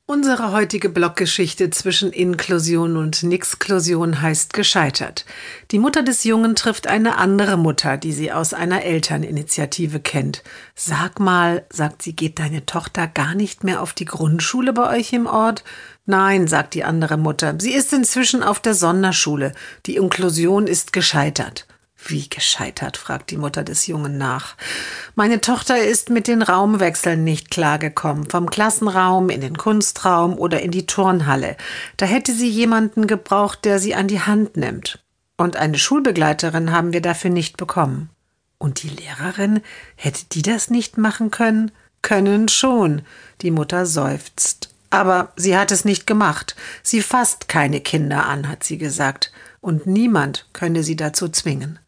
Unsere heutige Bloggeschichte zwischen Inklusion und Nixklusion heißt gescheitert. Die Mutter des Jungen trifft eine andere Mutter, die sie aus einer Elterninitiative kennt. Sag mal, sagt sie, geht deine Tochter gar nicht mehr auf die Grundschule bei euch im Ort? Nein, sagt die andere Mutter, sie ist inzwischen auf der Sonderschule. Die Inklusion ist gescheitert. Wie gescheitert, fragt die Mutter des Jungen nach. Meine Tochter ist mit den Raumwechseln nicht klargekommen, vom Klassenraum in den Kunstraum oder in die Turnhalle. Da hätte sie jemanden gebraucht, der sie an die Hand nimmt. Und eine Schulbegleiterin haben wir dafür nicht bekommen. Und die Lehrerin, hätte die das nicht machen können? Können schon, die Mutter seufzt. Aber sie hat es nicht gemacht. Sie fasst keine Kinder an, hat sie gesagt. Und niemand könne sie dazu zwingen.